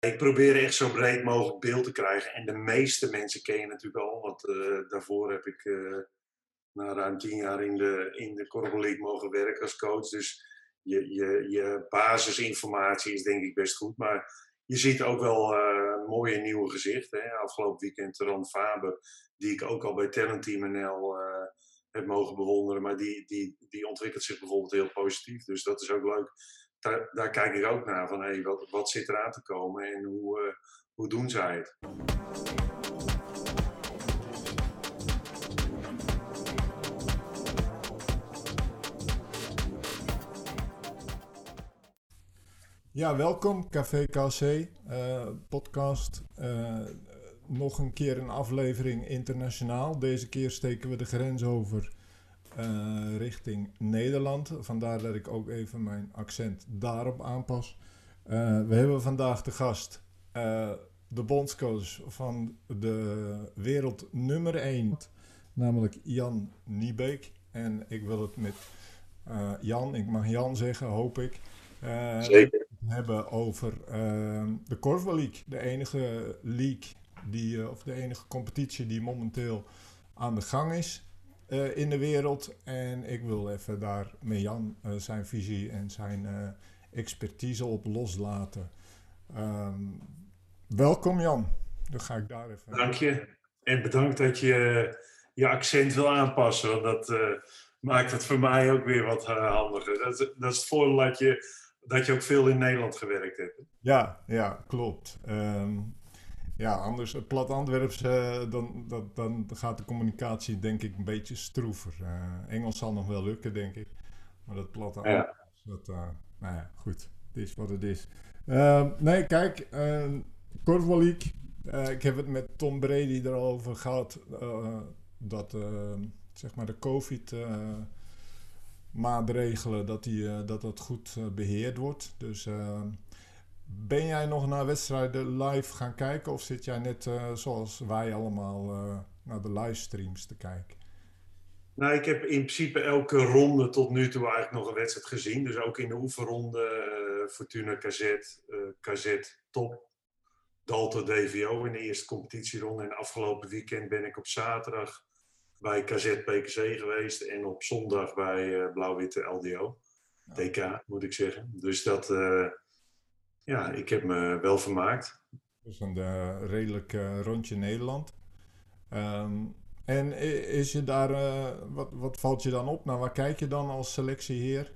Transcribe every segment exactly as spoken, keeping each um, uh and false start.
Ik probeer echt zo breed mogelijk beeld te krijgen. En de meeste mensen ken je natuurlijk al, want uh, daarvoor heb ik uh, na ruim tien jaar in de, in de Korfbal League mogen werken als coach. Dus je, je, je basisinformatie is denk ik best goed. Maar je ziet ook wel uh, mooie nieuwe gezichten. Hè? Afgelopen weekend Ran Faber, die ik ook al bij Talent Team N L uh, heb mogen bewonderen. Maar die, die, die ontwikkelt zich bijvoorbeeld heel positief. Dus dat is ook leuk. Daar, daar kijk ik ook naar, van hey, wat, wat zit er aan te komen en hoe, uh, hoe doen zij het? Ja, welkom Café K C, uh, podcast. Uh, nog een keer een aflevering internationaal. Deze keer steken we de grens over uh, richting Nederland. Vandaar dat ik ook even mijn accent daarop aanpas. Uh, we hebben vandaag de gast, uh, de bondscoach van de wereld nummer één, namelijk Jan Niebeek. En ik wil het met uh, Jan, ik mag Jan zeggen, hoop ik. Uh, Zeker. hebben over uh, de Korfbal League, de enige league die, uh, of de enige competitie die momenteel aan de gang is uh, in de wereld. En ik wil even daar met Jan uh, zijn visie en zijn uh, expertise op loslaten. Um, welkom Jan, dan ga ik daar even... Dank je. En bedankt dat je je accent wil aanpassen, want dat uh, maakt het voor mij ook weer wat uh, handiger. Dat, dat is het voordeel dat je... dat je ook veel in Nederland gewerkt hebt. Ja, ja, klopt. Um, ja, anders het plat Antwerps, uh, dan, dan, dan gaat de communicatie denk ik een beetje stroever. Uh, Engels zal nog wel lukken, denk ik. Maar dat plat Antwerps, ja. dat, uh, nou ja, goed. Het is wat het is. Uh, nee, kijk, uh, Korfbal League. Uh, ik heb het met Tom Brady erover gehad, uh, dat uh, zeg maar de COVID... Uh, maatregelen dat, die, uh, dat dat goed uh, beheerd wordt. Dus uh, ben jij nog naar wedstrijden live gaan kijken of zit jij net uh, zoals wij allemaal uh, naar de livestreams te kijken? Nou, ik heb in principe elke ronde tot nu toe eigenlijk nog een wedstrijd gezien. Dus ook in de oefenronde uh, Fortuna K Z, uh, K Z Top, Dalton D V O in de eerste competitieronde. En afgelopen weekend ben ik op zaterdag bij K Z P K C geweest en op zondag bij uh, Blauw-Witte L D O. T K, moet ik zeggen. Dus dat, uh, ja, ik heb me wel vermaakt. Dus een uh, redelijk uh, rondje Nederland. Um, en is je daar, uh, wat, wat valt je dan op? Nou, waar kijk je dan als selectieheer?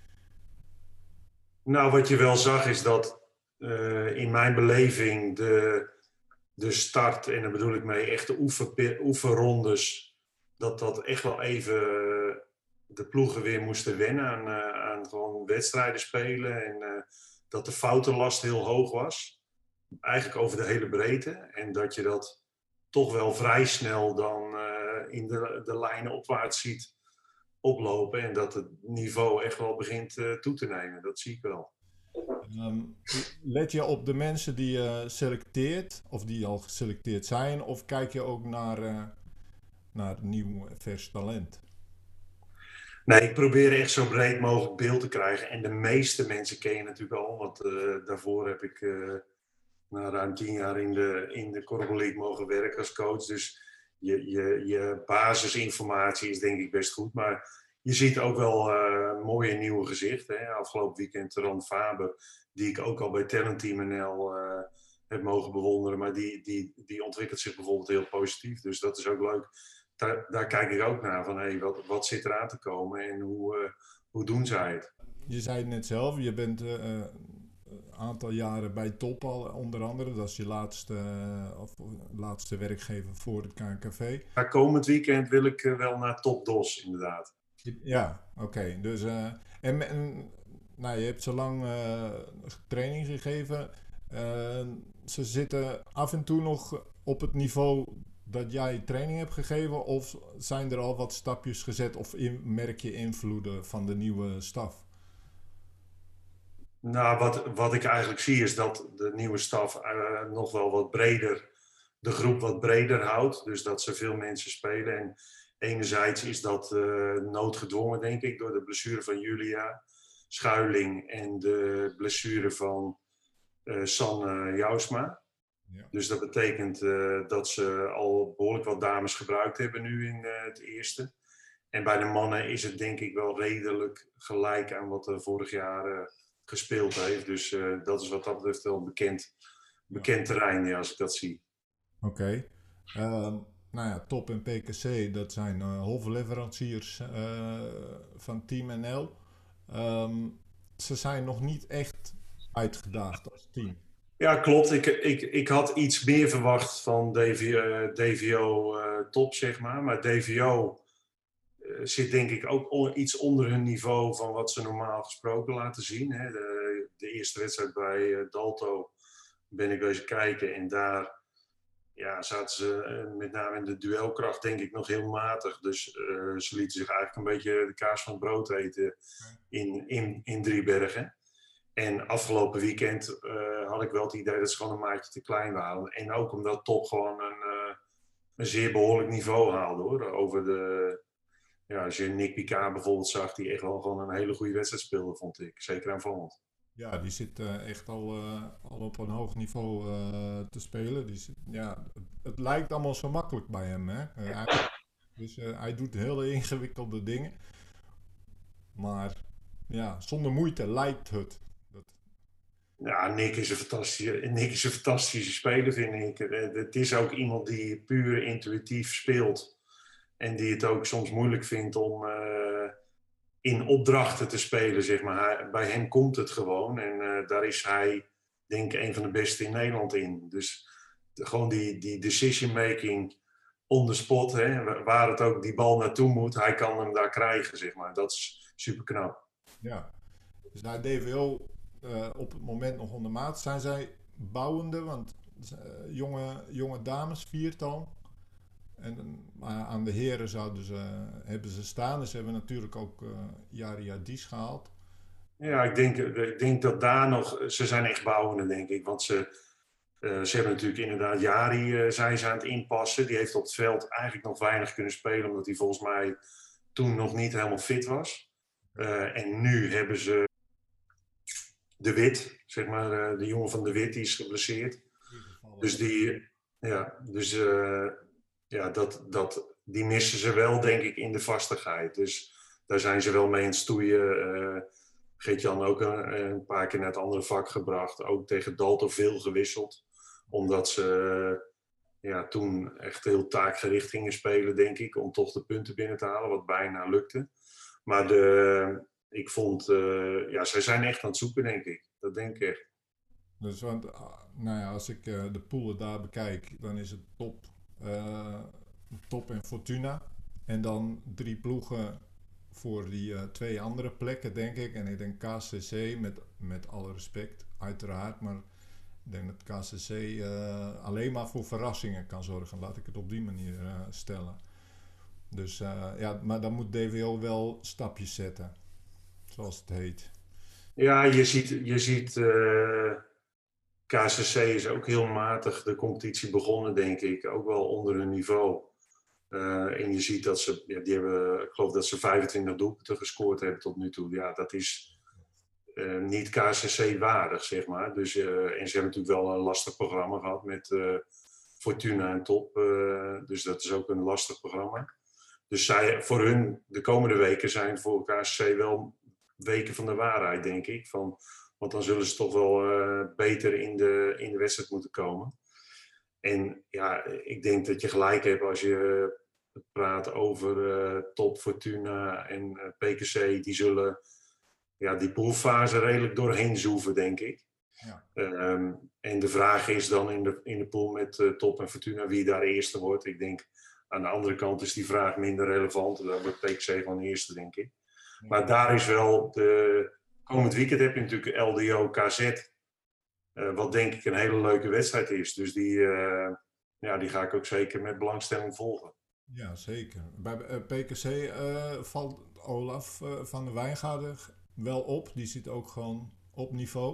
Nou, wat je wel zag is dat uh, in mijn beleving de, de start, en daar bedoel ik mee echte oefen, oefenrondes, dat dat echt wel even uh, de ploegen weer moesten wennen aan, uh, aan gewoon wedstrijden spelen. En uh, dat de foutenlast heel hoog was. Eigenlijk over de hele breedte. En dat je dat toch wel vrij snel dan uh, in de, de lijnen opwaarts ziet oplopen. En dat het niveau echt wel begint uh, toe te nemen. Dat zie ik wel. Um, let je op de mensen die je selecteert, of die al geselecteerd zijn, of kijk je ook naar, uh, naar nieuw vers talent? Nee, ik probeer echt zo breed mogelijk beeld te krijgen. En de meeste mensen ken je natuurlijk al, want uh, daarvoor heb ik uh, na ruim tien jaar in de, in de Korfbal League mogen werken als coach. Dus je, je, je basisinformatie is denk ik best goed. Maar je ziet ook wel uh, mooie nieuwe gezichten. Hè? Afgelopen weekend Ran Faber, die ik ook al bij Talent Team N L uh, heb mogen bewonderen. Maar die, die, die ontwikkelt zich bijvoorbeeld heel positief. Dus dat is ook leuk. Daar, daar kijk ik ook naar, van hey, wat, wat zit er aan te komen en hoe, uh, hoe doen zij het? Je zei het net zelf, je bent uh, een aantal jaren bij Top al, onder andere. Dat is je laatste, uh, of, laatste werkgever voor het K N K V. Maar komend weekend wil ik uh, wel naar Top Dos, inderdaad. Ja, oké. Okay. Dus, uh, en, en nou, je hebt zo lang uh, training gegeven. Uh, ze zitten af en toe nog op het niveau dat jij training hebt gegeven, of zijn er al wat stapjes gezet of in, merk je invloeden van de nieuwe staf? Nou, wat, wat ik eigenlijk zie is dat de nieuwe staf uh, nog wel wat breder, de groep wat breder houdt. Dus dat ze veel mensen spelen. En enerzijds is dat uh, noodgedwongen, denk ik, door de blessure van Julia Schuiling en de blessure van uh, Sanne Jousma. Ja. Dus dat betekent uh, dat ze al behoorlijk wat dames gebruikt hebben nu in uh, het eerste. En bij de mannen is het denk ik wel redelijk gelijk aan wat er vorig jaar uh, gespeeld heeft. Dus uh, dat is wat dat betreft wel bekend, bekend terrein, ja, als ik dat zie. Oké. Okay. Um, nou ja, Top en P K C, dat zijn uh, hoofdleveranciers uh, van Team N L. Um, ze zijn nog niet echt uitgedaagd als team. Ja, klopt. Ik, ik, ik had iets meer verwacht van D V, uh, D V O uh, Top, zeg maar. Maar D V O uh, zit denk ik ook on, iets onder hun niveau van wat ze normaal gesproken laten zien. Hè. De, de eerste wedstrijd bij uh, Dalto ben ik wezen kijken en daar ja, zaten ze uh, met name in de duelkracht denk ik nog heel matig. Dus uh, ze lieten zich eigenlijk een beetje de kaas van het brood eten in, in, in Driebergen. En afgelopen weekend uh, had ik wel het idee dat ze gewoon een maatje te klein waren. En ook omdat Top gewoon een, uh, een zeer behoorlijk niveau haalde hoor. Over de, ja, als je Nick Picard bijvoorbeeld zag, die echt wel gewoon een hele goede wedstrijd speelde, vond ik. Zeker aanvallend. Ja, die zit uh, echt al, uh, al op een hoog niveau uh, te spelen. Die zit, ja, het, het lijkt allemaal zo makkelijk bij hem. Hè? Uh, hij, dus uh, hij doet hele ingewikkelde dingen. Maar ja, zonder moeite lijkt het. Dat... Ja, Nick is, een fantastische, Nick is een fantastische speler, vind ik. Het is ook iemand die puur intuïtief speelt. En die het ook soms moeilijk vindt om uh, in opdrachten te spelen, zeg maar. Hij, bij hem komt het gewoon. En uh, daar is hij, denk ik, een van de beste in Nederland in. Dus de, gewoon die, die decision making on the spot, hè, waar het ook die bal naartoe moet, hij kan hem daar krijgen, zeg maar. Dat is super knap. Ja, dus naar D V O uh, op het moment nog onder maat. Zijn zij bouwende, want uh, jonge, jonge dames, viertal. En, maar aan de heren zouden ze, hebben ze staan. Dus ze hebben natuurlijk ook uh, Jaria Dies gehaald. Ja, ik denk, ik denk dat daar nog... Ze zijn echt bouwende, denk ik. Want ze, uh, ze hebben natuurlijk inderdaad... Jari uh, zijn ze aan het inpassen. Die heeft op het veld eigenlijk nog weinig kunnen spelen. Omdat hij volgens mij toen nog niet helemaal fit was. Uh, en nu hebben ze De Wit, zeg maar. Uh, de jongen van De Wit, die is geblesseerd. Dus die... Ja, dus... Uh, ja, dat, dat, die missen ze wel, denk ik, in de vastigheid. Dus daar zijn ze wel mee aan het stoeien. Uh, Geert-Jan ook een, een paar keer naar het andere vak gebracht. Ook tegen Dalto veel gewisseld. Omdat ze uh, ja, toen echt heel taakgericht gingen spelen, denk ik. Om toch de punten binnen te halen, wat bijna lukte. Maar de, ik vond, uh, ja, zij zijn echt aan het zoeken, denk ik. Dat denk ik echt. Dus want, nou ja, als ik uh, de poelen daar bekijk, dan is het top... Uh, Top en Fortuna. En dan drie ploegen voor die uh, twee andere plekken, denk ik. En ik denk K C C, met, met alle respect, uiteraard. Maar ik denk dat K C C uh, alleen maar voor verrassingen kan zorgen. Laat ik het op die manier uh, stellen. Dus uh, ja, maar dan moet D V O wel stapjes zetten. Zoals het heet. Ja, je ziet... Je ziet uh... K C C is ook heel matig de competitie begonnen, denk ik. Ook wel onder hun niveau. Uh, en je ziet dat ze, ja, die hebben, ik geloof dat ze vijfentwintig doelpunten gescoord hebben tot nu toe. Ja, dat is uh, niet K C C waardig, zeg maar. Dus, uh, en ze hebben natuurlijk wel een lastig programma gehad met uh, Fortuna en Top. Uh, dus dat is ook een lastig programma. Dus zij, voor hun, de komende weken zijn voor K C C wel weken van de waarheid, denk ik. Van, want dan zullen ze toch wel uh, beter in de, in de wedstrijd moeten komen. En ja, ik denk dat je gelijk hebt als je praat over uh, Top, Fortuna en uh, P K C. Die zullen ja, die poolfase redelijk doorheen zoeven, denk ik. Ja. Um, en de vraag is dan in de, in de pool met uh, Top en Fortuna wie daar eerste wordt. Ik denk aan de andere kant is die vraag minder relevant. Dan wordt P K C gewoon eerste, denk ik. Ja. Maar daar is wel de... Komend weekend heb je natuurlijk L D O K Z. Uh, wat denk ik een hele leuke wedstrijd is. Dus die, uh, ja, die ga ik ook zeker met belangstelling volgen. Ja, zeker. Bij uh, P K C uh, valt Olaf uh, van der Wijngaarden wel op. Die zit ook gewoon op niveau.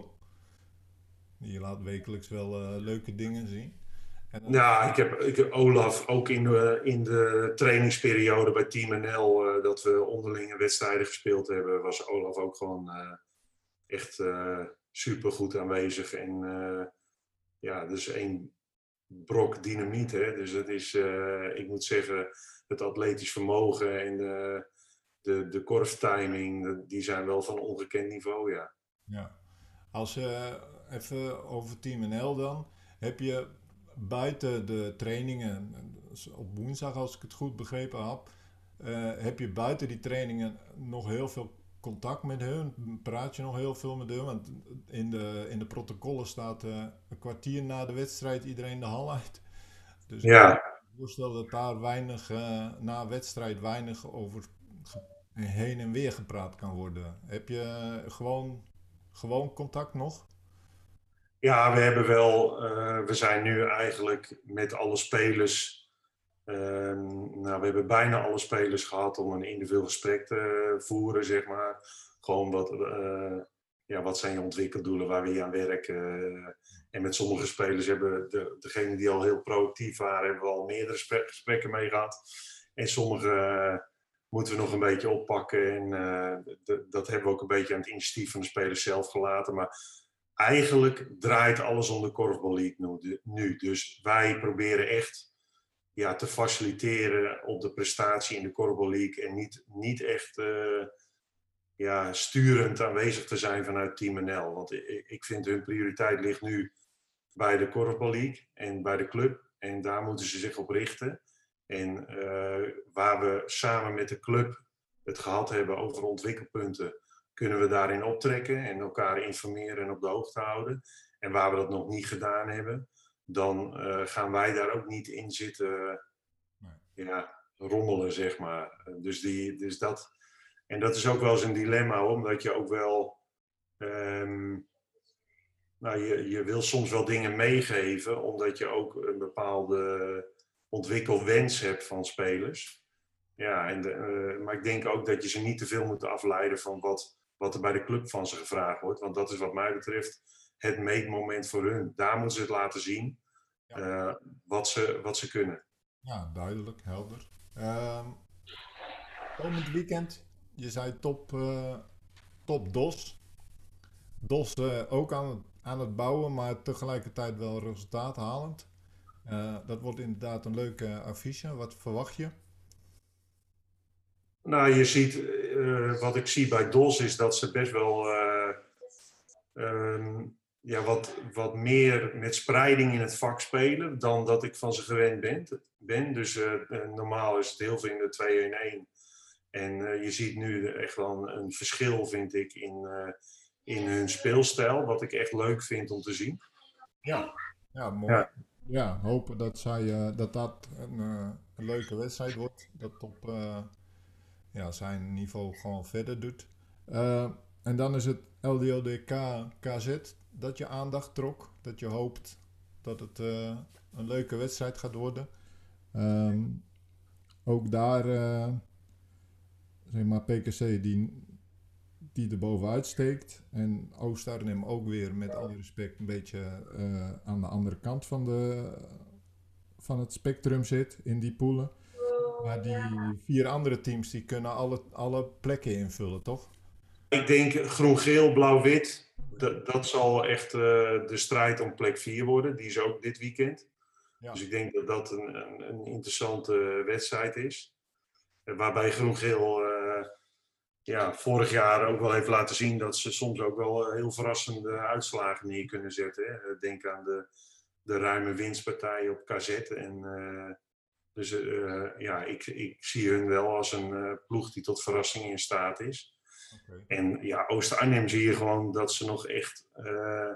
Die laat wekelijks wel uh, leuke dingen zien. En dan... Ja, ik heb, ik heb Olaf ook in de, in de trainingsperiode bij Team N L... Uh, dat we onderlinge wedstrijden gespeeld hebben... was Olaf ook gewoon uh, echt... Uh, super goed aanwezig. En uh, ja, dat is één brok dynamiet. Hè? Dus het is, uh, ik moet zeggen, het atletisch vermogen en de, de, de korftiming, die zijn wel van ongekend niveau, ja. Ja. Als je uh, even over Team N L dan, heb je buiten de trainingen, op woensdag als ik het goed begrepen heb, uh, heb je buiten die trainingen nog heel veel contact met hun? Praat je nog heel veel met hun? Want in de, in de protocollen staat uh, een kwartier na de wedstrijd iedereen de hal uit. Dus ja. ik kan me voorstellen dat daar weinig, uh, na wedstrijd weinig over heen en weer gepraat kan worden. Heb je uh, gewoon, gewoon contact nog? Ja, we hebben wel, uh, we zijn nu eigenlijk met alle spelers, uh, nou, we hebben bijna alle spelers gehad om een individueel gesprek te voeren, zeg maar. Gewoon wat, uh, ja, wat zijn je ontwikkeldoelen, waar wil je aan werken? Uh, en met sommige spelers hebben de, degenen die al heel proactief waren, hebben we al meerdere gesprekken mee gehad. En sommige uh, moeten we nog een beetje oppakken en uh, d- dat hebben we ook een beetje aan het initiatief van de spelers zelf gelaten. Maar eigenlijk draait alles om de Korfbal League nu. Dus wij proberen echt ja, te faciliteren op de prestatie in de Korfbal League. En niet, niet echt uh, ja, sturend aanwezig te zijn vanuit Team N L. Want ik, ik vind hun prioriteit ligt nu bij de Korfbal League en bij de club. En daar moeten ze zich op richten. En uh, waar we samen met de club het gehad hebben over ontwikkelpunten, kunnen we daarin optrekken en elkaar informeren en op de hoogte houden. En waar we dat nog niet gedaan hebben, dan uh, gaan wij daar ook niet in zitten nee. ja, rommelen, zeg maar. Dus, die, dus dat, en dat is ook wel eens een dilemma, omdat je ook wel, um, nou, je, je wil soms wel dingen meegeven, omdat je ook een bepaalde ontwikkelwens hebt van spelers. Ja, en de, uh, maar ik denk ook dat je ze niet te veel moet afleiden van wat, wat er bij de club van ze gevraagd wordt. Want dat is wat mij betreft het meetmoment voor hun. Daar moeten ze het laten zien uh, wat, ze, wat ze kunnen. Ja, duidelijk, helder. Uh, komend weekend, je zei top, uh, top D O S. D O S uh, ook aan het, aan het bouwen, maar tegelijkertijd wel resultaathalend. Uh, dat wordt inderdaad een leuke affiche. Wat verwacht je? Nou, je ziet, uh, wat ik zie bij D O S is dat ze best wel uh, um, ja, wat, wat meer met spreiding in het vak spelen dan dat ik van ze gewend ben. ben. Dus uh, normaal is het heel veel in de twee een een. En uh, je ziet nu echt wel een, een verschil, vind ik, in, uh, in hun speelstijl. Wat ik echt leuk vind om te zien. Ja, ja mooi. Ja, ja hopen dat, zij, uh, dat dat een, uh, een leuke wedstrijd wordt. Dat op uh, ja, zijn niveau gewoon verder doet. Uh, en dan is het L D O D K K Z dat je aandacht trok. Dat je hoopt dat het uh, een leuke wedstrijd gaat worden. Um, ook daar, uh, zeg maar, P K C die, die er bovenuit steekt. En Oost-Arnhem ook weer, met alle respect, een beetje uh, aan de andere kant van, de, van het spectrum zit in die poelen. Maar die vier andere teams die kunnen alle, alle plekken invullen, toch? Ik denk groen-geel, blauw-wit, dat, dat zal echt uh, de strijd om plek vier worden. Die is ook dit weekend. Ja. Dus ik denk dat dat een, een, een interessante wedstrijd is. Waarbij groen-geel uh, ja, vorig jaar ook wel heeft laten zien dat ze soms ook wel heel verrassende uitslagen neer kunnen zetten. Hè. Denk aan de, de ruime winstpartij op K Z. En, uh, dus uh, ja, ik, ik zie hun wel als een uh, ploeg die tot verrassing in staat is. Okay. En ja, Oost-Arnhem zie je gewoon dat ze nog echt uh,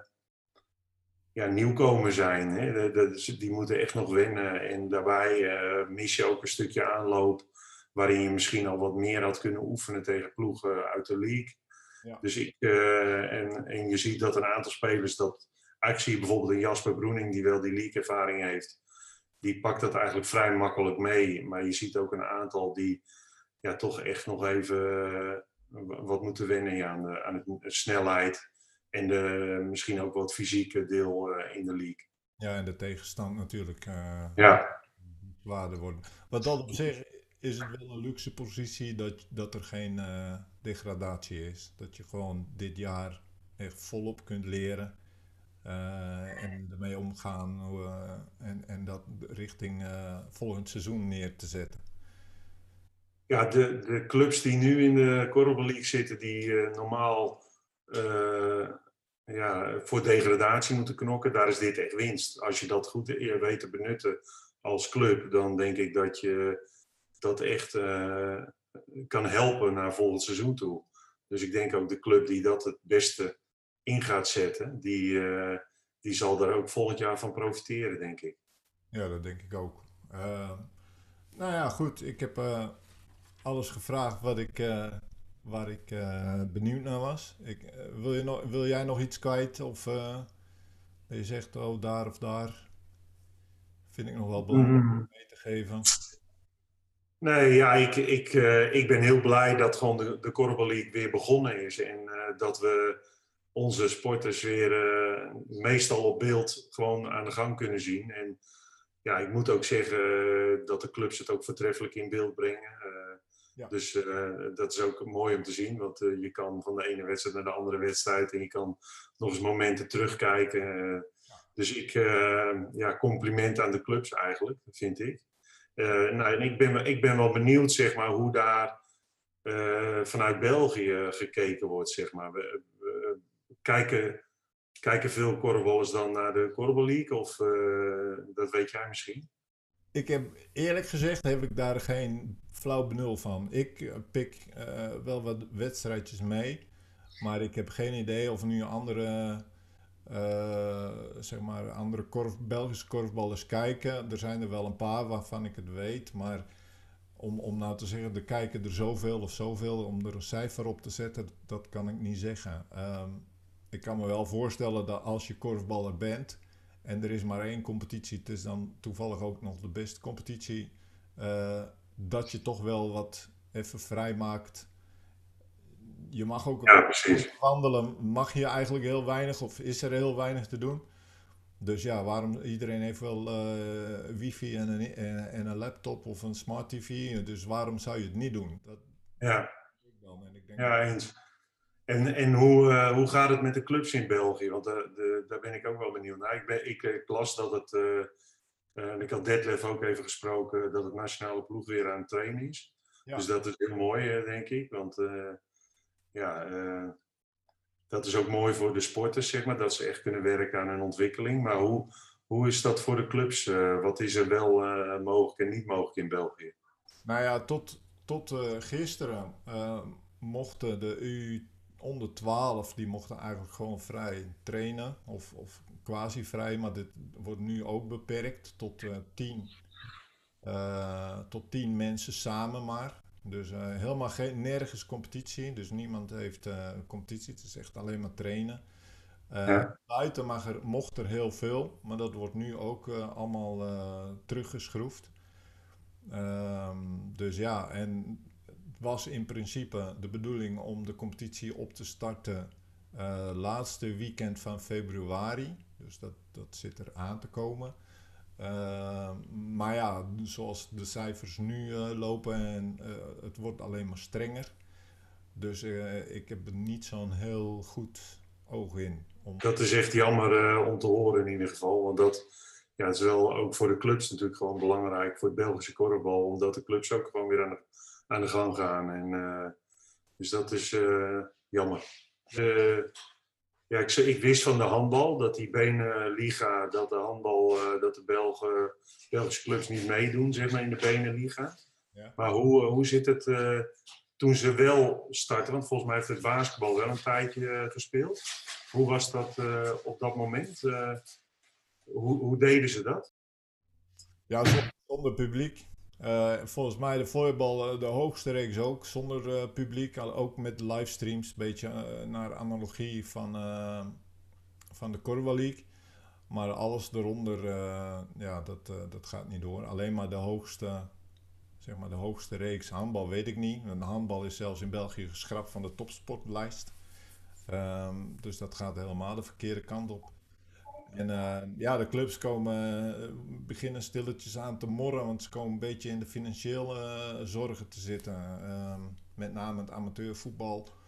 ja, nieuwkomer zijn. Hè. De, de, die moeten echt nog wennen. En daarbij uh, mis je ook een stukje aanloop waarin je misschien al wat meer had kunnen oefenen tegen ploegen uit de league. Ja. Dus ik, uh, en, en je ziet dat een aantal spelers dat... Ik zie bijvoorbeeld een Jasper Broening die wel die league-ervaring heeft. Die pakt dat eigenlijk vrij makkelijk mee. Maar je ziet ook een aantal die ja, toch echt nog even uh, wat moeten wennen ja, aan, de, aan de snelheid. En de, misschien ook wat fysieke deel uh, in de league. Ja, en de tegenstand natuurlijk uh, ja. zwaarder worden. Wat dat op zich is het wel een luxe positie dat, dat er geen uh, degradatie is. Dat je gewoon dit jaar echt volop kunt leren. Uh, en ermee omgaan uh, en, en dat richting uh, volgend seizoen neer te zetten. Ja, de, de clubs die nu in de Korfbal League zitten, die uh, normaal uh, ja, voor degradatie moeten knokken, daar is dit echt winst. Als je dat goed weet te benutten als club, dan denk ik dat je dat echt uh, kan helpen naar volgend seizoen toe. Dus ik denk ook de club die dat het beste in gaat zetten, die, uh, die zal daar ook volgend jaar van profiteren, denk ik. Ja, dat denk ik ook. Uh, nou ja, goed. Ik heb uh, alles gevraagd wat ik, uh, waar ik uh, benieuwd naar was. Ik, uh, wil, je nog, wil jij nog iets kwijt? Of uh, je zegt, oh, daar of daar. Vind ik nog wel belangrijk om mee te geven. Nee, ja, ik, ik, uh, ik ben heel blij dat gewoon de, de Korfbal League weer begonnen is. En uh, dat we onze sporters weer uh, meestal op beeld gewoon aan de gang kunnen zien. En ja, ik moet ook zeggen uh, dat de clubs het ook voortreffelijk in beeld brengen. Uh, ja. Dus uh, dat is ook mooi om te zien. Want uh, je kan van de ene wedstrijd naar de andere wedstrijd. En je kan nog eens momenten terugkijken. Uh, ja. Dus ik, uh, ja, compliment aan de clubs eigenlijk, vind ik. Uh, nou, en ik ben, ik ben wel benieuwd, zeg maar, hoe daar uh, vanuit België gekeken wordt, zeg maar. We, we kijken, kijken veel korfballers dan naar de Korfbal League, of uh, dat weet jij misschien? Ik heb, eerlijk gezegd, heb ik daar geen flauw benul van. Ik uh, pik uh, wel wat wedstrijdjes mee, maar ik heb geen idee of nu andere... Uh, zeg maar andere korf, Belgische korfballers kijken. Er zijn er wel een paar waarvan ik het weet, maar om, om nou te zeggen, er kijken er zoveel of zoveel, om er een cijfer op te zetten, dat kan ik niet zeggen. Um, ik kan me wel voorstellen dat als je korfballer bent en er is maar één competitie, het is dan toevallig ook nog de beste competitie, uh, dat je toch wel wat even vrij maakt. Je mag ook ja, precies. wandelen, mag je eigenlijk heel weinig of is er heel weinig te doen. Dus ja, waarom iedereen heeft wel uh, wifi en een, en, en een laptop of een smart tv, dus waarom zou je het niet doen? Dat ja, dan. En ik denk ja, eens. En, en hoe, uh, hoe gaat het met de clubs in België? Want uh, de, daar ben ik ook wel benieuwd naar. Ik, ben, ik, ik las dat het, uh, uh, en ik had Detlef ook even gesproken, dat het nationale ploeg weer aan het trainen is. Ja. Dus dat is heel mooi, uh, denk ik. Want uh, ja, uh, dat is ook mooi voor de sporters, zeg maar, dat ze echt kunnen werken aan hun ontwikkeling. Maar hoe, hoe is dat voor de clubs? Uh, wat is er wel uh, mogelijk en niet mogelijk in België? Nou ja, tot, tot uh, gisteren uh, mochten de U onder twaalf, die mochten eigenlijk gewoon vrij trainen. Of, of quasi vrij, maar dit wordt nu ook beperkt tot uh, tien. Uh, tot tien mensen samen maar. Dus uh, helemaal geen, nergens competitie. Dus niemand heeft uh, een competitie. Het is echt alleen maar trainen. Uh, ja. Buiten mag er, mocht er heel veel. Maar dat wordt nu ook uh, allemaal uh, teruggeschroefd. Uh, dus ja, en het was in principe de bedoeling om de competitie op te starten uh, laatste weekend van februari. Dus dat, dat zit er aan te komen. Uh, maar ja, zoals de cijfers nu uh, lopen en uh, het wordt alleen maar strenger. Dus uh, ik heb er niet zo'n heel goed oog in. Om... Dat is echt jammer uh, om te horen in ieder geval. Want dat ja, het is wel ook voor de clubs natuurlijk gewoon belangrijk voor het Belgische korfbal. Omdat de clubs ook gewoon weer aan de, aan de gang gaan. En, uh, dus dat is uh, jammer. Uh, Ja, ik, ik wist van de handbal, dat die Beneliga, dat de handbal, uh, dat de Belgen, Belgische clubs niet meedoen, zeg maar, in de Beneliga. Ja. Maar hoe, uh, hoe zit het uh, toen ze wel starten? Want volgens mij heeft het basketbal wel een tijdje uh, gespeeld. Hoe was dat uh, op dat moment? Uh, hoe, hoe deden ze dat? Ja, zonder, zonder publiek. Uh, volgens mij de volleybal de hoogste reeks ook, zonder uh, publiek. Ook met livestreams, een beetje uh, naar analogie van, uh, van de Korfbal League. Maar alles eronder, uh, ja, dat, uh, dat gaat niet door. Alleen maar de hoogste, zeg maar de hoogste reeks handbal weet ik niet. De handbal is zelfs in België geschrapt van de topsportlijst. Um, dus dat gaat helemaal de verkeerde kant op. En uh, ja, de clubs komen, uh, beginnen stilletjes aan te morren, want ze komen een beetje in de financiële uh, zorgen te zitten. Uh, met name het amateurvoetbal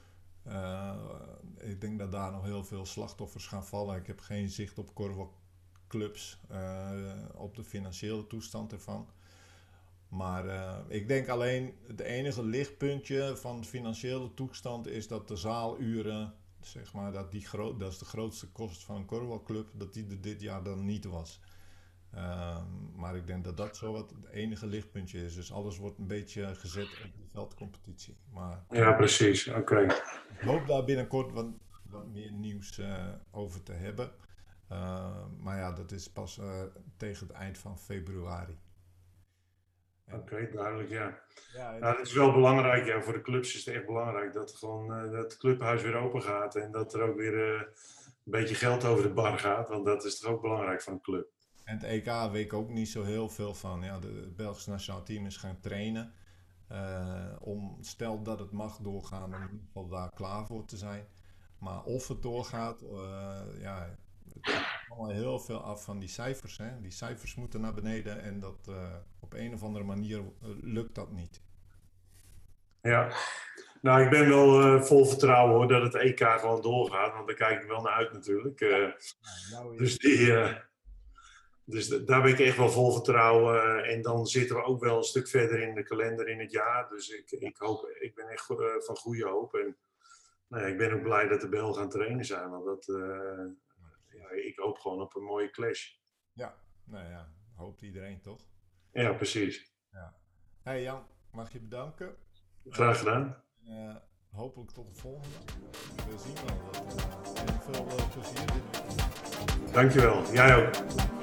Uh, ik denk dat daar nog heel veel slachtoffers gaan vallen. Ik heb geen zicht op korfbalclubs, uh, op de financiële toestand ervan. Maar uh, ik denk alleen, het enige lichtpuntje van de financiële toestand is dat de zaaluren, zeg maar, dat, die gro- dat is de grootste kost van een korfbalclub, dat die er dit jaar dan niet was. Uh, maar ik denk dat dat zo wat het enige lichtpuntje is. Dus alles wordt een beetje gezet op de veldcompetitie. Maar ja, precies. Oké. Okay. Ik hoop daar binnenkort wat, wat meer nieuws uh, over te hebben. Uh, maar ja, dat is pas uh, tegen het eind van februari. Oké, okay, duidelijk, ja. Ja, nou, het is wel belangrijk, ja, voor de clubs is het echt belangrijk dat, gewoon, uh, dat het clubhuis weer open gaat en dat er ook weer uh, een beetje geld over de bar gaat, want dat is toch ook belangrijk voor een club. En het E K weet ik ook niet zo heel veel van. Ja, de, het Belgisch nationaal team is gaan trainen. Uh, om, stel dat het mag doorgaan, om in ieder geval daar klaar voor te zijn. Maar of het doorgaat, uh, ja, het hangt allemaal heel veel af van die cijfers. Hè? Die cijfers moeten naar beneden en dat, uh, op een of andere manier uh, lukt dat niet. Ja, nou ik ben wel uh, vol vertrouwen hoor dat het E K gewoon doorgaat, want daar kijk ik wel naar uit natuurlijk. Uh, ja, nou, dus die... Uh, Dus daar ben ik echt wel vol vertrouwen. En dan zitten we ook wel een stuk verder in de kalender in het jaar. Dus ik, ik, hoop, ik ben echt van goede hoop. En nou ja, ik ben ook blij dat de Belgen aan het trainen zijn. Want dat, uh, ja, ik hoop gewoon op een mooie clash. Ja, nou ja, hoopt iedereen toch? Ja, precies. Ja. Hey Jan, mag je bedanken. Graag gedaan. Uh, hopelijk tot de volgende. We zien wel. Uh, en veel uh, plezier dit weekend. Dankjewel. Jij ook.